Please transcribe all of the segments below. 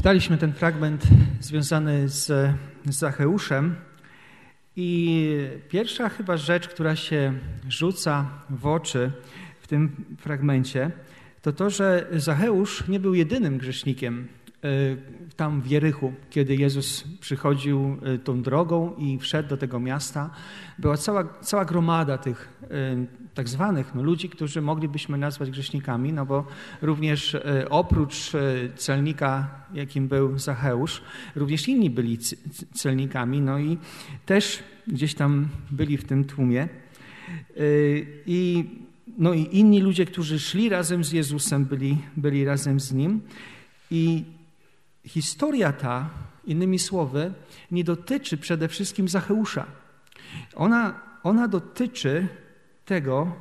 Czytaliśmy ten fragment związany z Zacheuszem i pierwsza chyba rzecz, która się rzuca w oczy w tym fragmencie, to to, że Zacheusz nie był jedynym grzesznikiem tam w Jerichu, kiedy Jezus przychodził tą drogą i wszedł do tego miasta. Była cała gromada tych tak zwanych ludzi, którzy moglibyśmy nazwać grzesznikami, no bo również oprócz celnika, jakim był Zacheusz, również inni byli celnikami, no i też gdzieś tam byli w tym tłumie. I inni ludzie, którzy szli razem z Jezusem, byli razem z Nim. I historia ta, innymi słowy, nie dotyczy przede wszystkim Zacheusza. Ona dotyczy tego,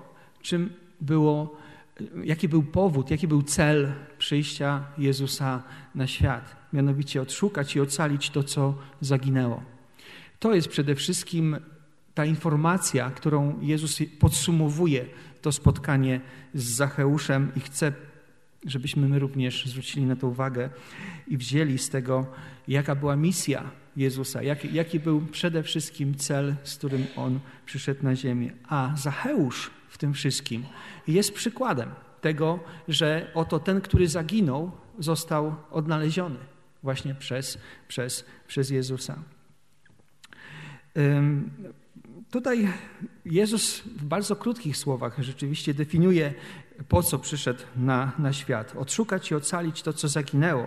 jaki był powód, jaki był cel przyjścia Jezusa na świat. Mianowicie odszukać i ocalić to, co zaginęło. To jest przede wszystkim ta informacja, którą Jezus podsumowuje to spotkanie z Zacheuszem i chce, żebyśmy my również zwrócili na to uwagę i wzięli z tego, jaka była misja Jezusa, jaki był przede wszystkim cel, z którym On przyszedł na ziemię. A Zacheusz w tym wszystkim jest przykładem tego, że oto ten, który zaginął, został odnaleziony właśnie przez Jezusa. Tutaj Jezus w bardzo krótkich słowach rzeczywiście definiuje, po co przyszedł na świat. Odszukać i ocalić to, co zaginęło.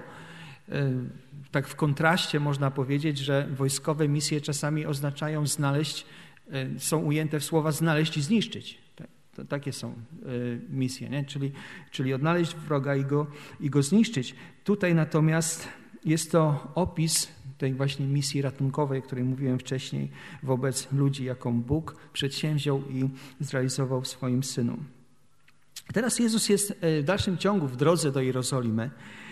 Tak w kontraście można powiedzieć, że wojskowe misje czasami oznaczają znaleźć, są ujęte w słowa znaleźć i zniszczyć. Takie są misje, nie? Czyli odnaleźć wroga i go zniszczyć. Tutaj natomiast jest to opis tej właśnie misji ratunkowej, o której mówiłem wcześniej, wobec ludzi, jaką Bóg przedsięwziął i zrealizował w swoim Synu. Teraz Jezus jest w dalszym ciągu w drodze do Jerozolimy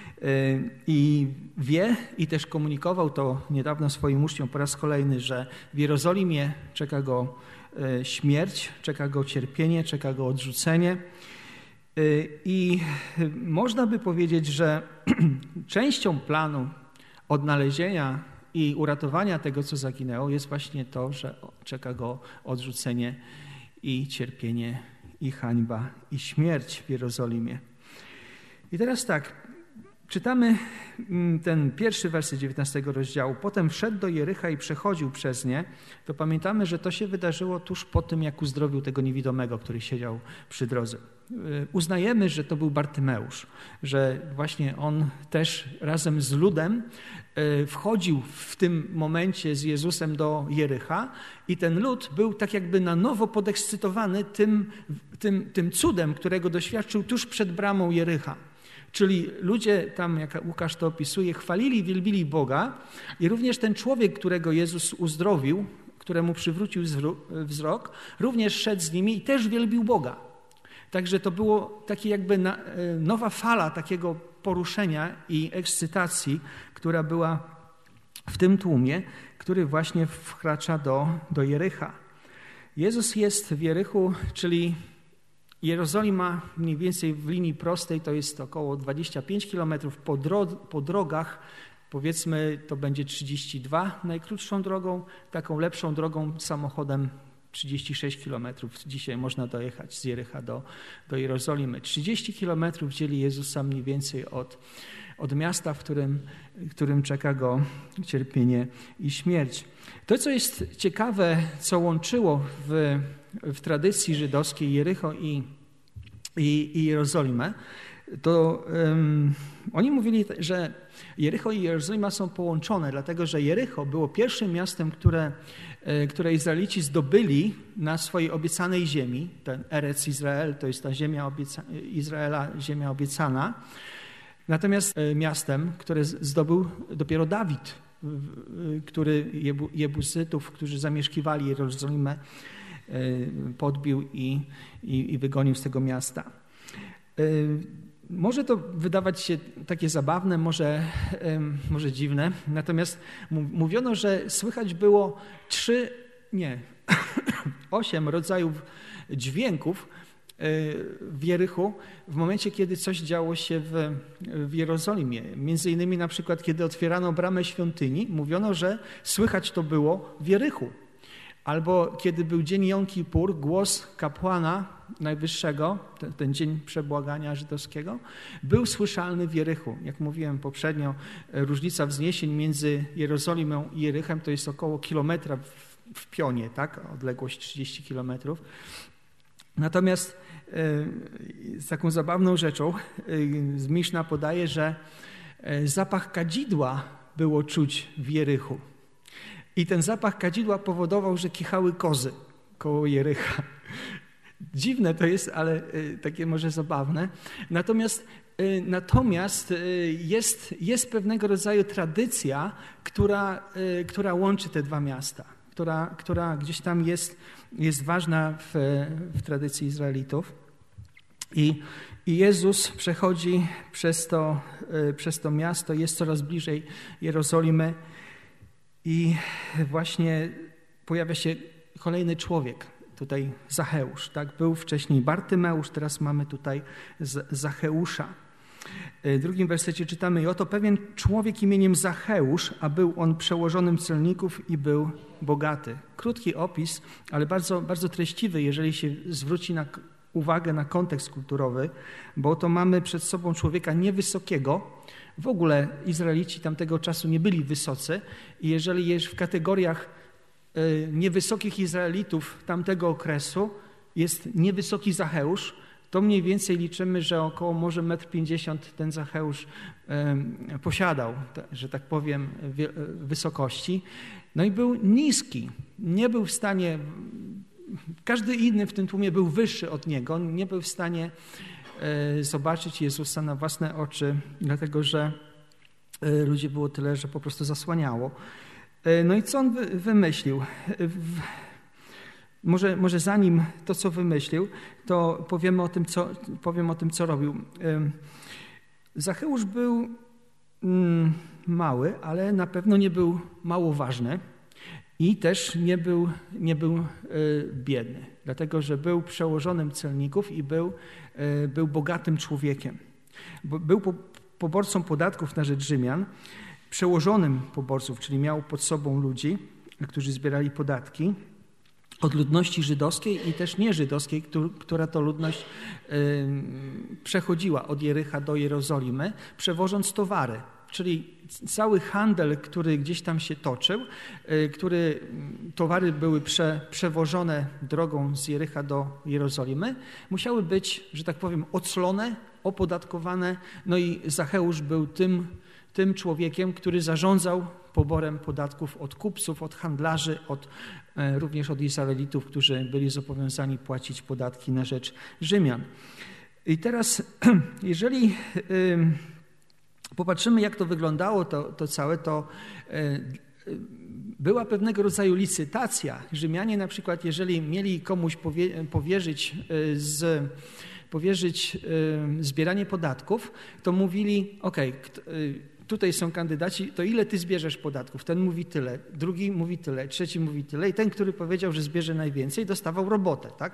i wie i też komunikował to niedawno swoim uczniom po raz kolejny, że w Jerozolimie czeka go śmierć, czeka go cierpienie, czeka go odrzucenie. I można by powiedzieć, że częścią planu odnalezienia i uratowania tego, co zaginęło, jest właśnie to, że czeka go odrzucenie i cierpienie, i hańba, i śmierć w Jerozolimie. I teraz tak, czytamy ten pierwszy werset 19 rozdziału. Potem wszedł do Jericha i przechodził przez nie. To pamiętamy, że to się wydarzyło tuż po tym, jak uzdrowił tego niewidomego, który siedział przy drodze. Uznajemy, że to był Bartymeusz, że właśnie on też razem z ludem wchodził w tym momencie z Jezusem do Jericha i ten lud był tak jakby na nowo podekscytowany tym cudem, którego doświadczył tuż przed bramą Jericha. Czyli ludzie tam, jak Łukasz to opisuje, chwalili i wielbili Boga i również ten człowiek, którego Jezus uzdrowił, któremu przywrócił wzrok, również szedł z nimi i też wielbił Boga. Także to było takie jakby nowa fala takiego poruszenia i ekscytacji, która była w tym tłumie, który właśnie wkracza do Jericha. Jezus jest w Jerichu, czyli Jerozolima mniej więcej w linii prostej to jest około 25 km, po drogach powiedzmy to będzie 32 najkrótszą drogą, taką lepszą drogą samochodem 36 km. Dzisiaj można dojechać z Jericha do Jerozolimy. 30 km dzieli Jezusa mniej więcej od miasta, w którym czeka go cierpienie i śmierć. To, co jest ciekawe, co łączyło w tradycji żydowskiej Jericho i Jerozolimę, to oni mówili, że Jericho i Jerozolima są połączone, dlatego że Jericho było pierwszym miastem, które Izraelici zdobyli na swojej obiecanej ziemi. Ten Erec Izrael to jest ta ziemia Izraela, ziemia obiecana. Natomiast miastem, które zdobył dopiero Dawid, który Jebuzytów, którzy zamieszkiwali Jerozolimę, podbił i wygonił z tego miasta. Może to wydawać się takie zabawne, może dziwne, natomiast mówiono, że słychać było 8 rodzajów dźwięków w Jerichu w momencie, kiedy coś działo się w Jerozolimie. Między innymi na przykład, kiedy otwierano bramę świątyni, mówiono, że słychać to było w Jerichu. Albo kiedy był dzień Jom Kippur, głos kapłana najwyższego, ten dzień przebłagania żydowskiego, był słyszalny w Jerichu. Jak mówiłem poprzednio, różnica wzniesień między Jerozolimą i Jerychem to jest około kilometra w pionie, tak? Odległość 30 kilometrów. Natomiast z taką zabawną rzeczą Miszna podaje, że zapach kadzidła było czuć w Jerychu. I ten zapach kadzidła powodował, że kichały kozy koło Jericha. Dziwne to jest, ale takie może zabawne. Natomiast jest pewnego rodzaju tradycja, która łączy te dwa miasta, która gdzieś tam jest ważna w tradycji Izraelitów. I Jezus przechodzi przez to miasto, jest coraz bliżej Jerozolimy i właśnie pojawia się kolejny człowiek, tutaj Zacheusz. Tak? Był wcześniej Bartymeusz, teraz mamy tutaj Zacheusza. W 2 wersecie czytamy: i oto pewien człowiek imieniem Zacheusz, a był on przełożonym celników i był bogaty. Krótki opis, ale bardzo, bardzo treściwy, jeżeli się zwróci uwagę na kontekst kulturowy, bo to mamy przed sobą człowieka niewysokiego. W ogóle Izraelici tamtego czasu nie byli wysocy i jeżeli jest w kategoriach niewysokich Izraelitów tamtego okresu jest niewysoki Zacheusz, to mniej więcej liczymy, że około może 1,50 m ten Zacheusz posiadał, że tak powiem, wysokości. No i był niski, nie był w stanie, każdy inny w tym tłumie był wyższy od niego, nie był w stanie zobaczyć Jezusa na własne oczy, dlatego że ludzi było tyle, że po prostu zasłaniało. No i co on wymyślił? Może zanim to, co wymyślił, to powiem o tym, co robił. Zacheusz był mały, ale na pewno nie był mało ważny i też nie był biedny, dlatego że był przełożonym celników i był bogatym człowiekiem. Był poborcą podatków na rzecz Rzymian, przełożonym poborców, czyli miał pod sobą ludzi, którzy zbierali podatki od ludności żydowskiej i też nieżydowskiej, która to ludność przechodziła od Jericha do Jerozolimy, przewożąc towary. Czyli cały handel, który gdzieś tam się toczył, towary były przewożone drogą z Jericha do Jerozolimy, musiały być, że tak powiem, oclone, opodatkowane. No i Zacheusz był tym człowiekiem, który zarządzał poborem podatków od kupców, od handlarzy, również od Izraelitów, którzy byli zobowiązani płacić podatki na rzecz Rzymian. I teraz, jeżeli popatrzymy, jak to wyglądało, to całe, to była pewnego rodzaju licytacja. Rzymianie na przykład, jeżeli mieli komuś powierzyć zbieranie podatków, to mówili: okej, tutaj są kandydaci, to ile ty zbierzesz podatków? Ten mówi tyle, drugi mówi tyle, trzeci mówi tyle i ten, który powiedział, że zbierze najwięcej, dostawał robotę, tak?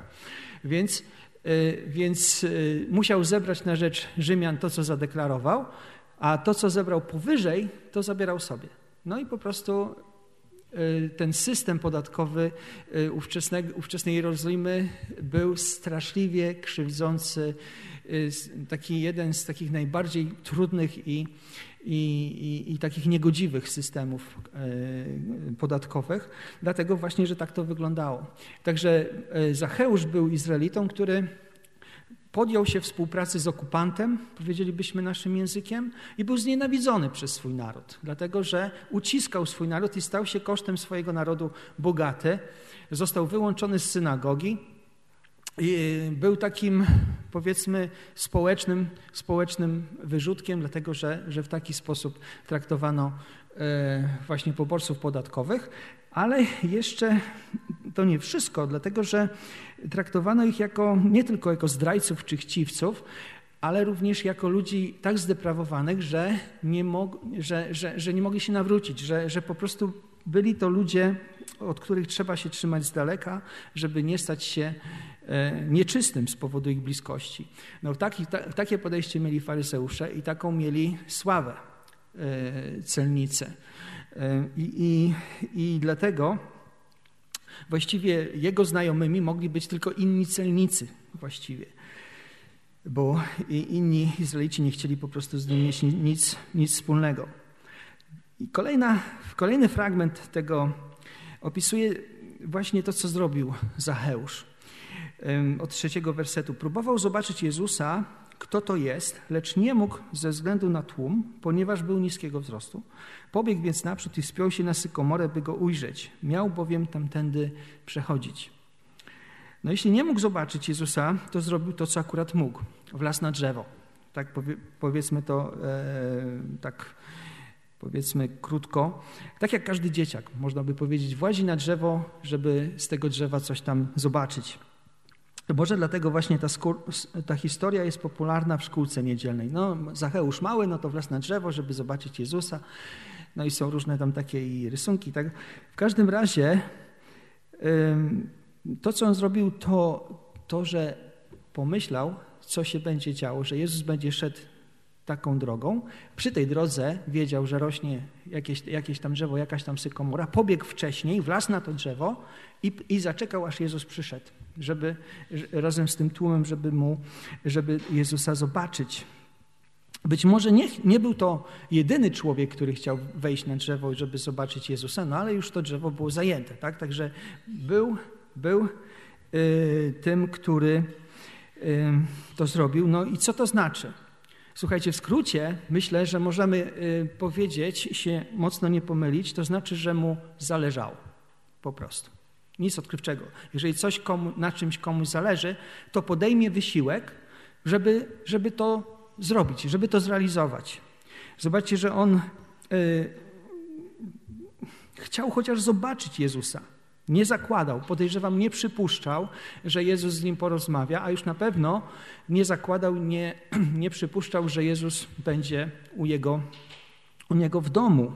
Więc musiał zebrać na rzecz Rzymian to, co zadeklarował, a to, co zebrał powyżej, to zabierał sobie. No i po prostu ten system podatkowy ówczesnej Jerozolimy był straszliwie krzywdzący, taki jeden z takich najbardziej trudnych i takich niegodziwych systemów podatkowych, dlatego właśnie, że tak to wyglądało. Także Zacheusz był Izraelitą, który podjął się współpracy z okupantem, powiedzielibyśmy naszym językiem, i był znienawidzony przez swój naród, dlatego że uciskał swój naród i stał się kosztem swojego narodu bogaty. Został wyłączony z synagogi i był takim, powiedzmy, społecznym wyrzutkiem, dlatego że w taki sposób traktowano właśnie poborców podatkowych. Ale jeszcze to nie wszystko, dlatego że traktowano ich nie tylko jako zdrajców czy chciwców, ale również jako ludzi tak zdeprawowanych, że nie mogli się nawrócić, że po prostu byli to ludzie od których trzeba się trzymać z daleka, żeby nie stać się nieczystym z powodu ich bliskości. No, takie podejście mieli faryzeusze i taką mieli sławę celnicy. I dlatego właściwie jego znajomymi mogli być tylko inni celnicy właściwie, bo inni Izraelici nie chcieli po prostu z nim mieć nic wspólnego. I kolejny fragment tego opisuje właśnie to, co zrobił Zacheusz. Od 3 wersetu. Próbował zobaczyć Jezusa, kto to jest, lecz nie mógł ze względu na tłum, ponieważ był niskiego wzrostu. Pobiegł więc naprzód i wspiął się na sykomorę, by go ujrzeć. Miał bowiem tamtędy przechodzić. No jeśli nie mógł zobaczyć Jezusa, to zrobił to, co akurat mógł. Wlazł na drzewo. Tak powiedzmy to powiedzmy krótko. Tak jak każdy dzieciak, można by powiedzieć, włazi na drzewo, żeby z tego drzewa coś tam zobaczyć. To może dlatego właśnie ta historia jest popularna w szkółce niedzielnej. No, Zacheusz mały, no to wlazł na drzewo, żeby zobaczyć Jezusa. No i są różne tam takie rysunki. Tak? W każdym razie to, co on zrobił, to, że pomyślał, co się będzie działo, że Jezus będzie szedł taką drogą. Przy tej drodze wiedział, że rośnie jakieś tam drzewo, jakaś tam sykomora. Pobiegł wcześniej, wlazł na to drzewo i zaczekał, aż Jezus przyszedł, żeby razem z tym tłumem, żeby Jezusa zobaczyć. Być może nie był to jedyny człowiek, który chciał wejść na drzewo, żeby zobaczyć Jezusa, no ale już to drzewo było zajęte. Tak? Także był tym, który to zrobił. No i co to znaczy? Słuchajcie, w skrócie myślę, że możemy powiedzieć, się mocno nie pomylić, to znaczy, że mu zależało. Po prostu. Nic odkrywczego. Jeżeli na czymś komuś zależy, to podejmie wysiłek, żeby to zrobić, żeby to zrealizować. Zobaczcie, że on chciał chociaż zobaczyć Jezusa. Nie zakładał, podejrzewam, nie przypuszczał, że Jezus z nim porozmawia, a już na pewno nie zakładał, nie przypuszczał, że Jezus będzie u niego w domu.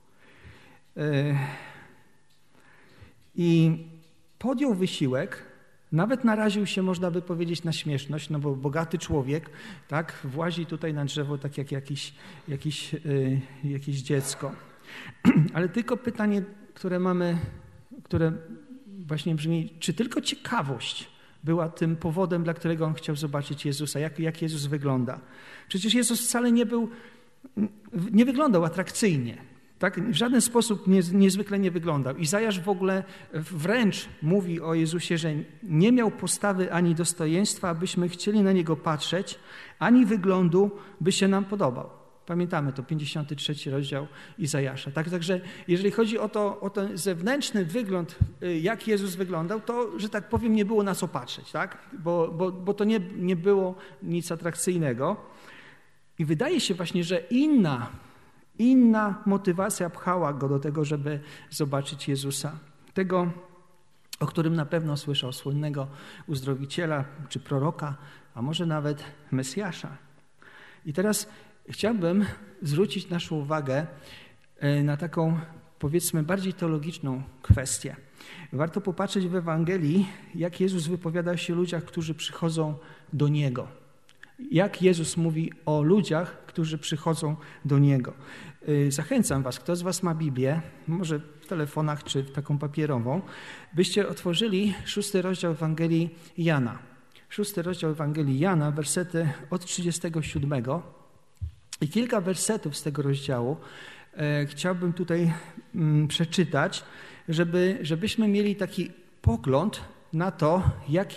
I podjął wysiłek, nawet naraził się, można by powiedzieć, na śmieszność, no bo bogaty człowiek, tak, włazi tutaj na drzewo tak jak jakieś dziecko. Ale tylko pytanie, które właśnie brzmi, czy tylko ciekawość była tym powodem, dla którego on chciał zobaczyć Jezusa, jak Jezus wygląda. Przecież Jezus wcale nie wyglądał atrakcyjnie. Tak? W żaden sposób niezwykle nie wyglądał. Izajasz w ogóle wręcz mówi o Jezusie, że nie miał postawy ani dostojeństwa, abyśmy chcieli na Niego patrzeć, ani wyglądu, by się nam podobał. Pamiętamy to, 53 rozdział Izajasza. Tak? Także jeżeli chodzi o ten zewnętrzny wygląd, jak Jezus wyglądał, to, że tak powiem, nie było na co patrzeć, tak? Bo to nie było nic atrakcyjnego. I wydaje się właśnie, że inna motywacja pchała go do tego, żeby zobaczyć Jezusa. Tego, o którym na pewno słyszał, słynnego uzdrowiciela czy proroka, a może nawet Mesjasza. I teraz chciałbym zwrócić naszą uwagę na taką, powiedzmy, bardziej teologiczną kwestię. Warto popatrzeć w Ewangelii, jak Jezus wypowiada się o ludziach, którzy przychodzą do Niego. Jak Jezus mówi o ludziach, którzy przychodzą do Niego. Zachęcam was, kto z was ma Biblię, może w telefonach czy taką papierową, byście otworzyli 6 rozdział Ewangelii Jana. 6 rozdział Ewangelii Jana, wersety od 37. I kilka wersetów z tego rozdziału chciałbym tutaj przeczytać, żebyśmy mieli taki pogląd na to, jak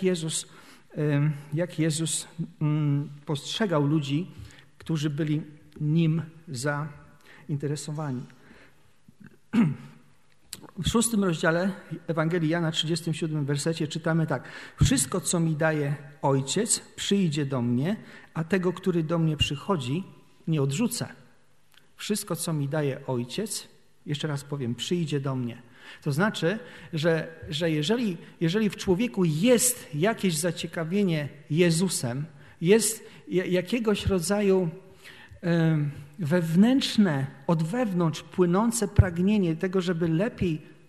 Jezus postrzegał ludzi, którzy byli Nim zainteresowani. W 6 rozdziale Ewangelii Jana, 37 wersecie czytamy tak. Wszystko, co mi daje Ojciec, przyjdzie do mnie, a tego, który do mnie przychodzi, nie odrzucę. Wszystko, co mi daje Ojciec, jeszcze raz powiem, przyjdzie do mnie. To znaczy, że jeżeli w człowieku jest jakieś zaciekawienie Jezusem, jest jakiegoś rodzaju wewnętrzne, od wewnątrz płynące pragnienie tego, żeby lepiej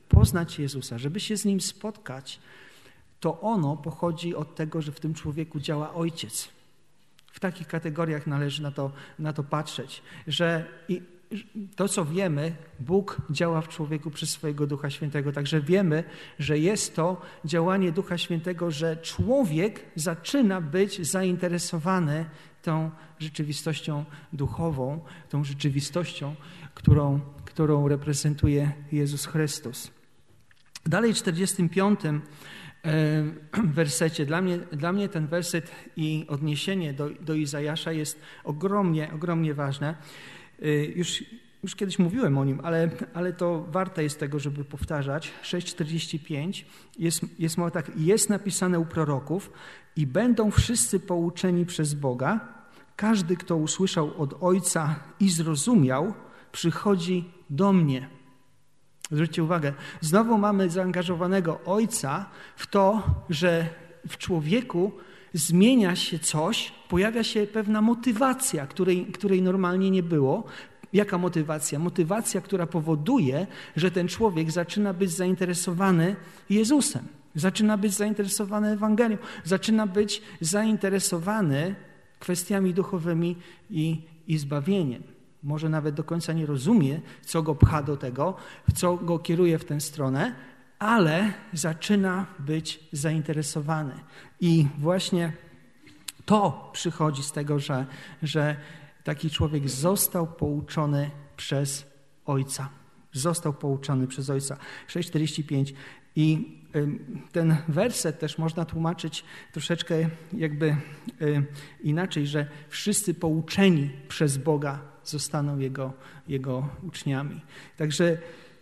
poznać Jezusa, żeby się z Nim spotkać, to ono pochodzi od tego, że w tym człowieku działa Ojciec. W takich kategoriach należy na to patrzeć, że to, co wiemy, Bóg działa w człowieku przez swojego Ducha Świętego. Także wiemy, że jest to działanie Ducha Świętego, że człowiek zaczyna być zainteresowany tą rzeczywistością duchową, tą rzeczywistością, którą reprezentuje Jezus Chrystus. Dalej w 45 wersecie. Dla mnie ten werset i odniesienie do Izajasza jest ogromnie ważne. Już kiedyś mówiłem o nim, ale to warte jest tego, żeby powtarzać. 6:45 jest mowa tak: jest napisane u proroków i będą wszyscy pouczeni przez Boga. Każdy, kto usłyszał od Ojca i zrozumiał, przychodzi do mnie. Zwróćcie uwagę, znowu mamy zaangażowanego Ojca w to, że w człowieku zmienia się coś, pojawia się pewna motywacja, której normalnie nie było. Jaka motywacja? Motywacja, która powoduje, że ten człowiek zaczyna być zainteresowany Jezusem, zaczyna być zainteresowany Ewangelią, zaczyna być zainteresowany kwestiami duchowymi i zbawieniem. Może nawet do końca nie rozumie, co go pcha do tego, co go kieruje w tę stronę, ale zaczyna być zainteresowany. I właśnie to przychodzi z tego, że taki człowiek został pouczony przez Ojca. Został pouczony przez Ojca. 6:45. I ten werset też można tłumaczyć troszeczkę jakby inaczej, że wszyscy pouczeni przez Boga zostaną Jego uczniami. Także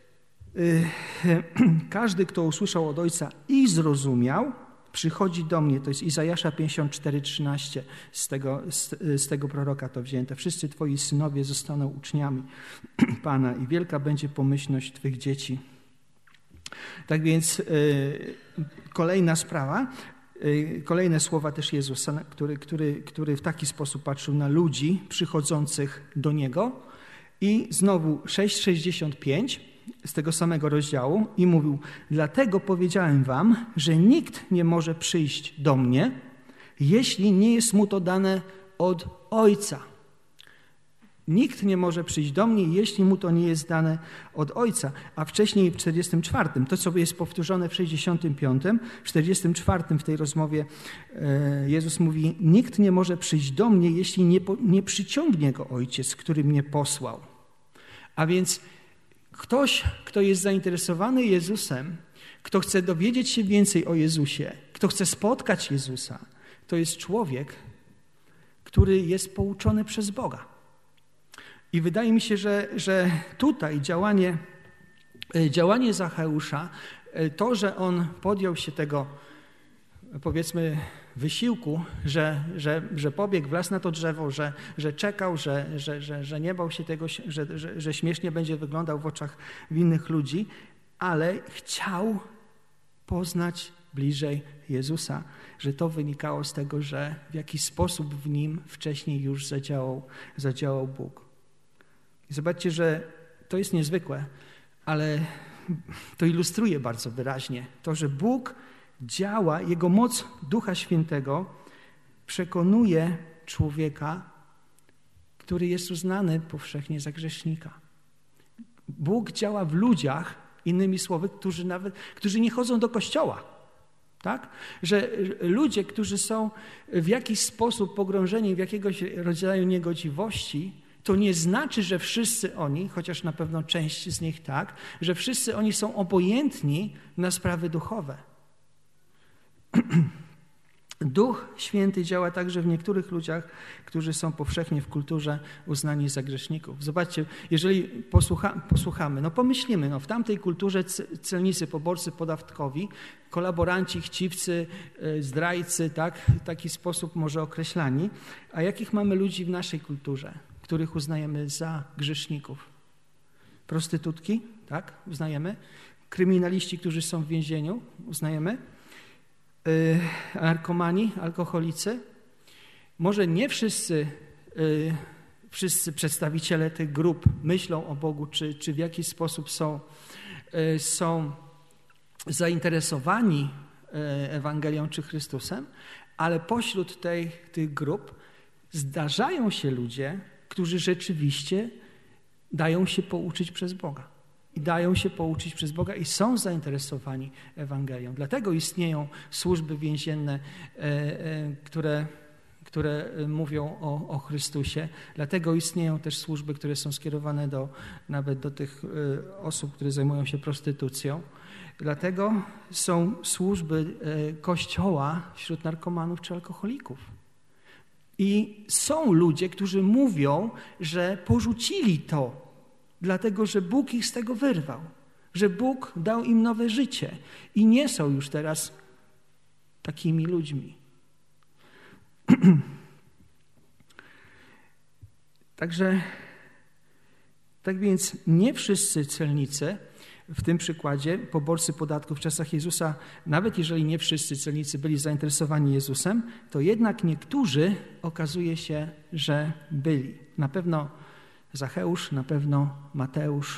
każdy, kto usłyszał od Ojca i zrozumiał, przychodzi do mnie. To jest Izajasza 54:13. Z tego proroka to wzięte. Wszyscy twoi synowie zostaną uczniami Pana i wielka będzie pomyślność twych dzieci. Tak więc kolejna sprawa, kolejne słowa też Jezusa, który w taki sposób patrzył na ludzi przychodzących do Niego. I znowu 6:65 z tego samego rozdziału i mówił: dlatego powiedziałem wam, że nikt nie może przyjść do mnie, jeśli nie jest mu to dane od Ojca. Nikt nie może przyjść do mnie, jeśli mu to nie jest dane od Ojca. A wcześniej w 44, to co jest powtórzone w 65, w 44 w tej rozmowie Jezus mówi: nikt nie może przyjść do mnie, jeśli nie przyciągnie go Ojciec, który mnie posłał. A więc ktoś, kto jest zainteresowany Jezusem, kto chce dowiedzieć się więcej o Jezusie, kto chce spotkać Jezusa, to jest człowiek, który jest pouczony przez Boga. I wydaje mi się, że tutaj działanie Zacheusza, to, że on podjął się tego, powiedzmy, wysiłku, że pobiegł, wlazł na to drzewo, że czekał, że nie bał się tego, że śmiesznie będzie wyglądał w oczach innych ludzi, ale chciał poznać bliżej Jezusa, że to wynikało z tego, że w jakiś sposób w nim wcześniej już zadziałał Bóg. I zobaczcie, że to jest niezwykłe, ale to ilustruje bardzo wyraźnie to, że Bóg działa, Jego moc Ducha Świętego przekonuje człowieka, który jest uznany powszechnie za grzesznika. Bóg działa w ludziach, innymi słowy, którzy nie chodzą do kościoła. Tak? Że ludzie, którzy są w jakiś sposób pogrążeni w jakiegoś rodzaju niegodziwości, to nie znaczy, że wszyscy oni, chociaż na pewno część z nich tak, że wszyscy oni są obojętni na sprawy duchowe. Duch Święty działa także w niektórych ludziach, którzy są powszechnie w kulturze uznani za grzeszników. Zobaczcie, jeżeli posłuchamy, pomyślimy, w tamtej kulturze celnicy, poborcy podatkowi, kolaboranci, chciwcy, zdrajcy, tak, w taki sposób może określani, a jakich mamy ludzi w naszej kulturze, których uznajemy za grzeszników? Prostytutki, tak, uznajemy? Kryminaliści, którzy są w więzieniu, uznajemy? Narkomani, alkoholicy. Może nie wszyscy przedstawiciele tych grup myślą o Bogu, czy w jakiś sposób są są zainteresowani Ewangelią czy Chrystusem, ale pośród tych grup zdarzają się ludzie, którzy rzeczywiście dają się pouczyć przez Boga. I dają się pouczyć przez Boga i są zainteresowani Ewangelią. Dlatego istnieją służby więzienne, które mówią o Chrystusie. Dlatego istnieją też służby, które są skierowane nawet do tych osób, które zajmują się prostytucją. Dlatego są służby Kościoła wśród narkomanów czy alkoholików. I są ludzie, którzy mówią, że porzucili to, dlatego że Bóg ich z tego wyrwał, że Bóg dał im nowe życie i nie są już teraz takimi ludźmi. Tak więc nie wszyscy celnicy, w tym przykładzie poborcy podatków w czasach Jezusa, nawet jeżeli nie wszyscy celnicy byli zainteresowani Jezusem, to jednak niektórzy okazuje się, że byli. Na pewno Zacheusz, na pewno Mateusz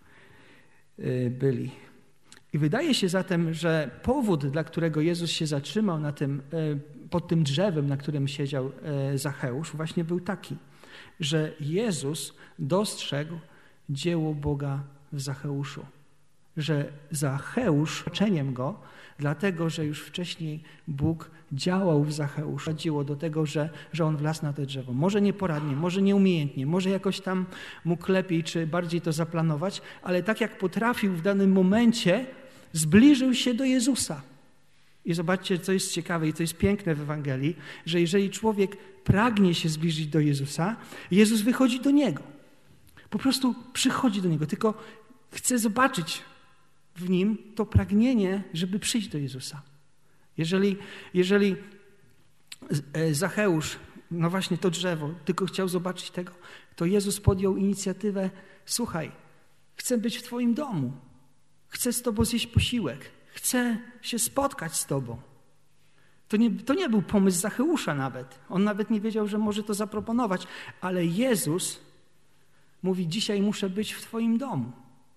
byli. I wydaje się zatem, że powód, dla którego Jezus się zatrzymał pod tym drzewem, na którym siedział Zacheusz, właśnie był taki, że Jezus dostrzegł dzieło Boga w Zacheuszu. Że Zacheusz oczeniem go, dlatego że już wcześniej Bóg działał w Zacheuszu. Prowadziło do tego, że on wlazł na to drzewo. Może nieporadnie, może nieumiejętnie, może jakoś tam mógł lepiej czy bardziej to zaplanować, ale tak jak potrafił w danym momencie, zbliżył się do Jezusa. I zobaczcie, co jest ciekawe i co jest piękne w Ewangelii, że jeżeli człowiek pragnie się zbliżyć do Jezusa, Jezus wychodzi do niego. Po prostu przychodzi do niego, tylko chce zobaczyć w nim to pragnienie, żeby przyjść do Jezusa. Jeżeli Zacheusz, no właśnie to drzewo, tylko chciał zobaczyć tego, to Jezus podjął inicjatywę: słuchaj, chcę być w Twoim domu, chcę z Tobą zjeść posiłek, chcę się spotkać z Tobą. To nie był pomysł Zacheusza nawet. On nawet nie wiedział, że może to zaproponować, ale Jezus mówi: dzisiaj muszę być w Twoim domu.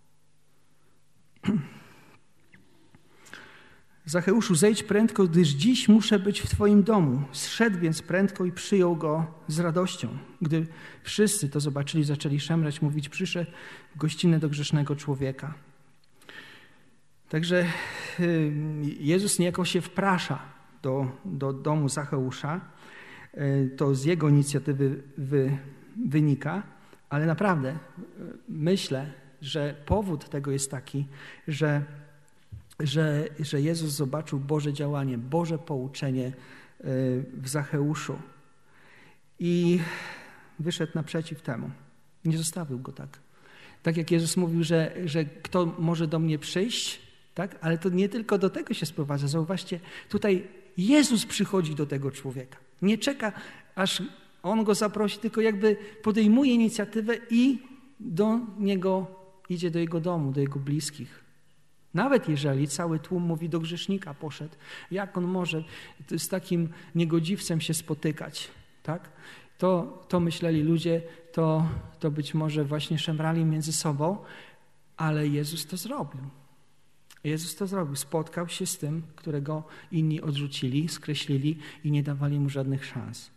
Zacheuszu, zejdź prędko, gdyż dziś muszę być w Twoim domu. Zszedł więc prędko i przyjął go z radością. Gdy wszyscy to zobaczyli, zaczęli szemrać, mówić: przyszedł w gościnę do grzesznego człowieka. Także Jezus niejako się wprasza do domu Zacheusza. To z jego inicjatywy wynika, ale naprawdę myślę, że powód tego jest taki, że Jezus zobaczył Boże działanie, Boże pouczenie w Zacheuszu i wyszedł naprzeciw temu. Nie zostawił go tak. Tak jak Jezus mówił, że kto może do mnie przyjść, tak? Ale to nie tylko do tego się sprowadza. Zauważcie, tutaj Jezus przychodzi do tego człowieka. Nie czeka, aż on go zaprosi, tylko jakby podejmuje inicjatywę i do niego idzie, do jego domu, do jego bliskich. Nawet jeżeli cały tłum mówi: do grzesznika poszedł, jak on może z takim niegodziwcem się spotykać, tak? To myśleli ludzie, to być może właśnie szemrali między sobą, ale Jezus to zrobił. Jezus to zrobił. Spotkał się z tym, którego inni odrzucili, skreślili i nie dawali mu żadnych szans.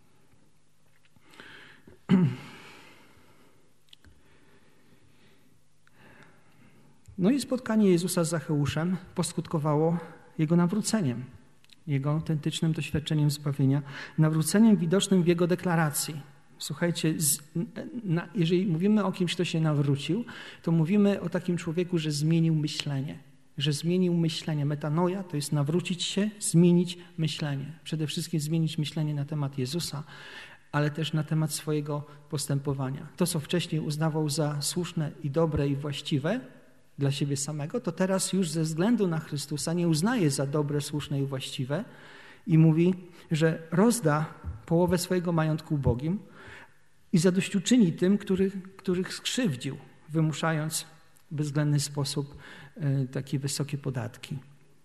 No i spotkanie Jezusa z Zacheuszem poskutkowało jego nawróceniem, jego autentycznym doświadczeniem zbawienia, nawróceniem widocznym w jego deklaracji. Słuchajcie, jeżeli mówimy o kimś, kto się nawrócił, to mówimy o takim człowieku, że zmienił myślenie. Że zmienił myślenie. Metanoia to jest nawrócić się, zmienić myślenie. Przede wszystkim zmienić myślenie na temat Jezusa, ale też na temat swojego postępowania. To, co wcześniej uznawał za słuszne i dobre i właściwe dla siebie samego, to teraz już ze względu na Chrystusa nie uznaje za dobre, słuszne i właściwe i mówi, że rozda połowę swojego majątku ubogim i zadośćuczyni tym, których skrzywdził, wymuszając w bezwzględny sposób takie wysokie podatki.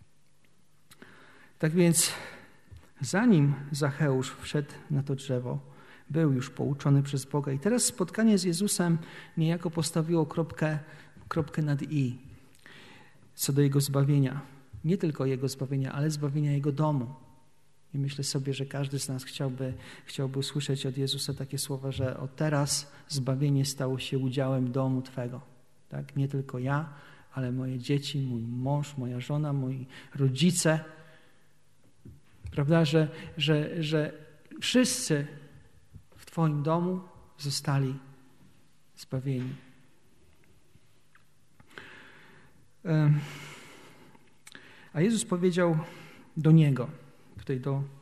Tak więc zanim Zacheusz wszedł na to drzewo, był już pouczony przez Boga i teraz spotkanie z Jezusem niejako postawiło kropkę nad i. co do Jego zbawienia. Nie tylko Jego zbawienia, ale zbawienia Jego domu. I myślę sobie, że każdy z nas chciałby usłyszeć od Jezusa takie słowa, że od teraz zbawienie stało się udziałem domu Twego. Tak? Nie tylko ja, ale moje dzieci, mój mąż, moja żona, moi rodzice. Prawda, że wszyscy w Twoim domu zostali zbawieni. A Jezus powiedział do niego, tutaj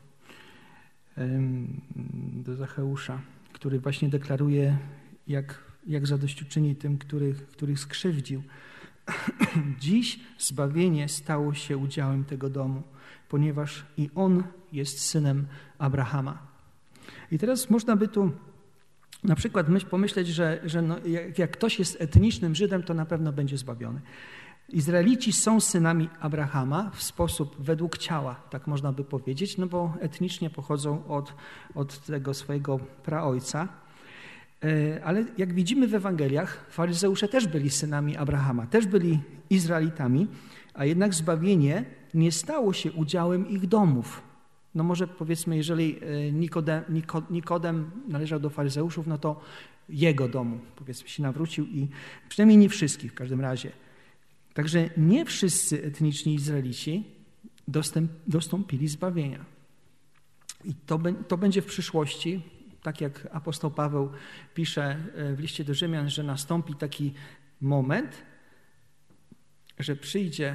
do Zacheusza, który właśnie deklaruje, jak zadośćuczyni tym, których skrzywdził. Dziś zbawienie stało się udziałem tego domu, ponieważ i on jest synem Abrahama. I teraz można by tu na przykład pomyśleć, że jak ktoś jest etnicznym Żydem, to na pewno będzie zbawiony. Izraelici są synami Abrahama w sposób według ciała, tak można by powiedzieć, no bo etnicznie pochodzą od tego swojego praojca. Ale jak widzimy w Ewangeliach, faryzeusze też byli synami Abrahama, też byli Izraelitami, a jednak zbawienie nie stało się udziałem ich domów. No może powiedzmy, jeżeli Nikodem należał do faryzeuszów, no to jego domu, powiedzmy, się nawrócił i przynajmniej nie wszystkich w każdym razie. Także nie wszyscy etniczni Izraelici dostąpili zbawienia. I to będzie w przyszłości, tak jak apostoł Paweł pisze w liście do Rzymian, że nastąpi taki moment, że przyjdzie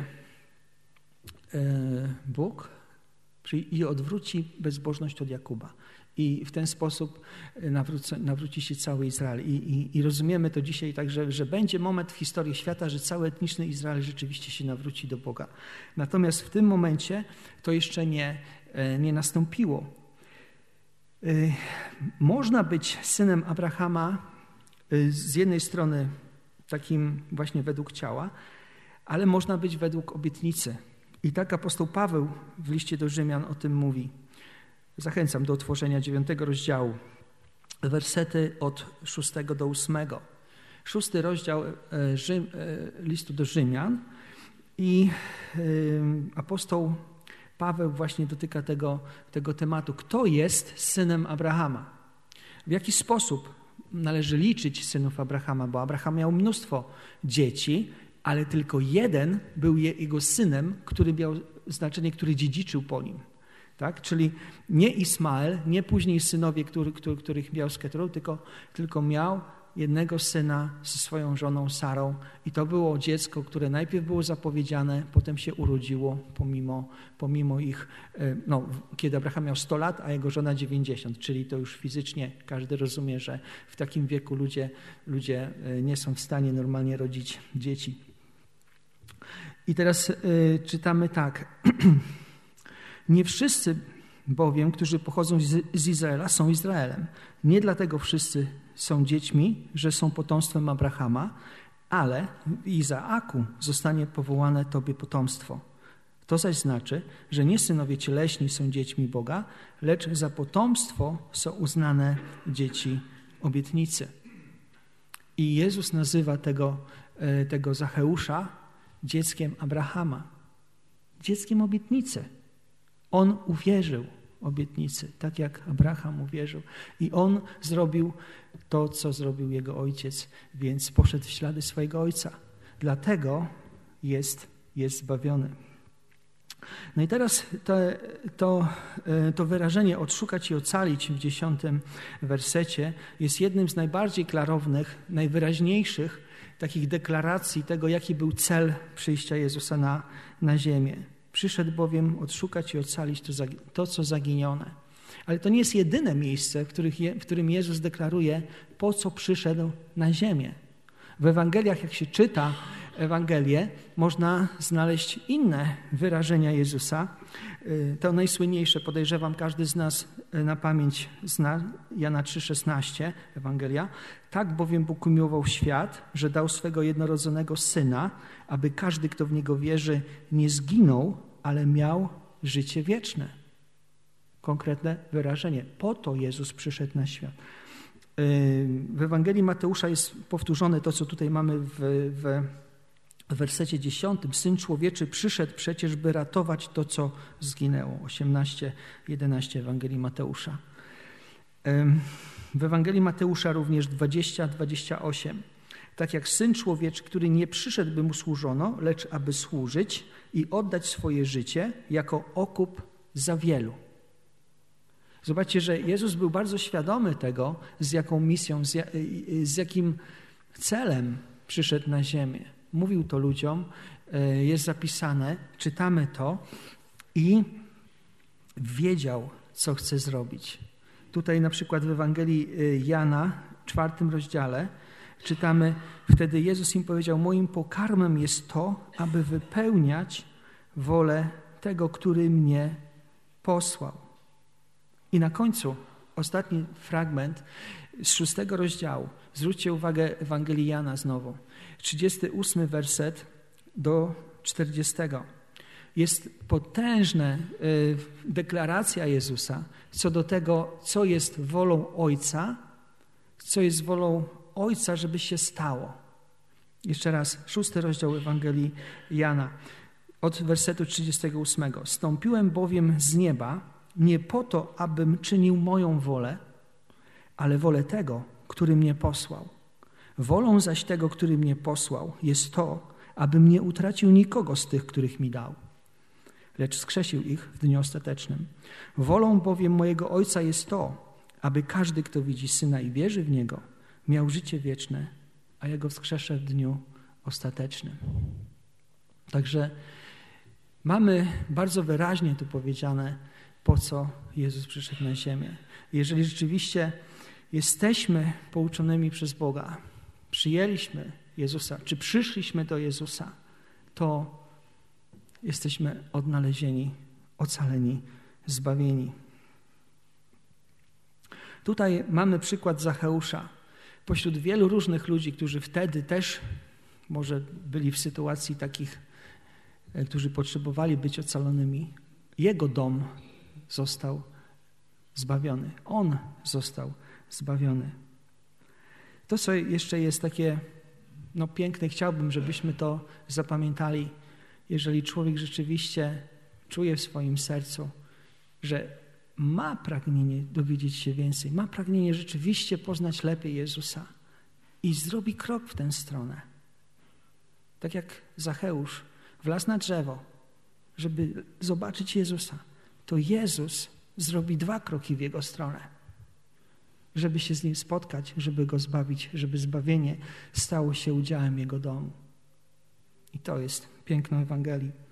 Bóg i odwróci bezbożność od Jakuba. I w ten sposób nawróci się cały Izrael. I rozumiemy to dzisiaj tak, że będzie moment w historii świata, że cały etniczny Izrael rzeczywiście się nawróci do Boga. Natomiast w tym momencie to jeszcze nie nastąpiło. Można być synem Abrahama z jednej strony takim właśnie według ciała, ale można być według obietnicy. I tak apostoł Paweł w liście do Rzymian o tym mówi. Zachęcam do otworzenia 9 rozdziału, wersety od 6 do 8. 6 rozdział listu do Rzymian i apostoł Paweł właśnie dotyka tego tematu. Kto jest synem Abrahama? W jaki sposób należy liczyć synów Abrahama? Bo Abraham miał mnóstwo dzieci, ale tylko jeden był jego synem, który miał znaczenie, który dziedziczył po nim. Tak? Czyli nie Ismael, nie później synowie, których miał z Keturą, tylko miał jednego syna ze swoją żoną Sarą i to było dziecko, które najpierw było zapowiedziane, potem się urodziło pomimo ich, kiedy Abraham miał 100 lat, a jego żona 90, czyli to już fizycznie każdy rozumie, że w takim wieku ludzie nie są w stanie normalnie rodzić dzieci. I teraz czytamy tak. Nie wszyscy bowiem, którzy pochodzą z Izraela, są Izraelem. Nie dlatego wszyscy są dziećmi, że są potomstwem Abrahama, ale w Izaaku zostanie powołane Tobie potomstwo. To zaś znaczy, że nie synowie cieleśni są dziećmi Boga, lecz za potomstwo są uznane dzieci obietnicy. I Jezus nazywa tego Zacheusza dzieckiem Abrahama, dzieckiem obietnicy. On uwierzył obietnicy, tak jak Abraham uwierzył. I on zrobił to, co zrobił jego ojciec, więc poszedł w ślady swojego ojca. Dlatego jest zbawiony. No i teraz to wyrażenie odszukać i ocalić w 10 wersecie jest jednym z najbardziej klarownych, najwyraźniejszych takich deklaracji tego, jaki był cel przyjścia Jezusa na ziemię. Przyszedł bowiem odszukać i ocalić to, co zaginione. Ale to nie jest jedyne miejsce, w którym Jezus deklaruje, po co przyszedł na ziemię. W Ewangeliach, jak się czyta Ewangelię, można znaleźć inne wyrażenia Jezusa. To najsłynniejsze, podejrzewam, każdy z nas na pamięć zna, Jana 3,16, Ewangelia. Tak bowiem Bóg umiłował świat, że dał swego jednorodzonego Syna, aby każdy, kto w Niego wierzy, nie zginął, ale miał życie wieczne. Konkretne wyrażenie. Po to Jezus przyszedł na świat. W Ewangelii Mateusza jest powtórzone to, co tutaj mamy w w wersecie 10: Syn Człowieczy przyszedł przecież, by ratować to, co zginęło. 18:11 Ewangelii Mateusza. W Ewangelii Mateusza również 20:28. Tak jak Syn Człowieczy, który nie przyszedł, by mu służono, lecz aby służyć i oddać swoje życie jako okup za wielu. Zobaczcie, że Jezus był bardzo świadomy tego, z jaką misją, z jakim celem przyszedł na ziemię. Mówił to ludziom, jest zapisane, czytamy to i wiedział, co chce zrobić. Tutaj na przykład w Ewangelii Jana, 4 rozdziale, czytamy: Wtedy Jezus im powiedział: Moim pokarmem jest to, aby wypełniać wolę tego, który mnie posłał. I na końcu, ostatni fragment z 6 rozdziału. Zwróćcie uwagę Ewangelii Jana znowu. 38 werset do 40. Jest potężna deklaracja Jezusa co do tego, co jest wolą Ojca, co jest wolą Ojca, żeby się stało. Jeszcze raz, 6 rozdział Ewangelii Jana, od wersetu 38. Stąpiłem bowiem z nieba, nie po to, abym czynił moją wolę, ale wolę tego, który mnie posłał. Wolą zaś tego, który mnie posłał, jest to, abym nie utracił nikogo z tych, których mi dał, lecz wskrzesił ich w dniu ostatecznym. Wolą bowiem mojego Ojca jest to, aby każdy, kto widzi Syna i wierzy w Niego, miał życie wieczne, a ja go wskrzeszę w dniu ostatecznym. Także mamy bardzo wyraźnie tu powiedziane, po co Jezus przyszedł na ziemię. Jeżeli rzeczywiście jesteśmy pouczonymi przez Boga, przyjęliśmy Jezusa, czy przyszliśmy do Jezusa, to jesteśmy odnalezieni, ocaleni, zbawieni. Tutaj mamy przykład Zacheusza. Pośród wielu różnych ludzi, którzy wtedy też może byli w sytuacji takich, którzy potrzebowali być ocalonymi, jego dom został zbawiony. On został zbawiony. To, co jeszcze jest takie piękne, chciałbym, żebyśmy to zapamiętali, jeżeli człowiek rzeczywiście czuje w swoim sercu, że ma pragnienie dowiedzieć się więcej, ma pragnienie rzeczywiście poznać lepiej Jezusa i zrobi krok w tę stronę. Tak jak Zacheusz wlazł na drzewo, żeby zobaczyć Jezusa, to Jezus zrobi 2 kroki w jego stronę, żeby się z Nim spotkać, żeby Go zbawić, żeby zbawienie stało się udziałem Jego domu. I to jest piękno Ewangelii.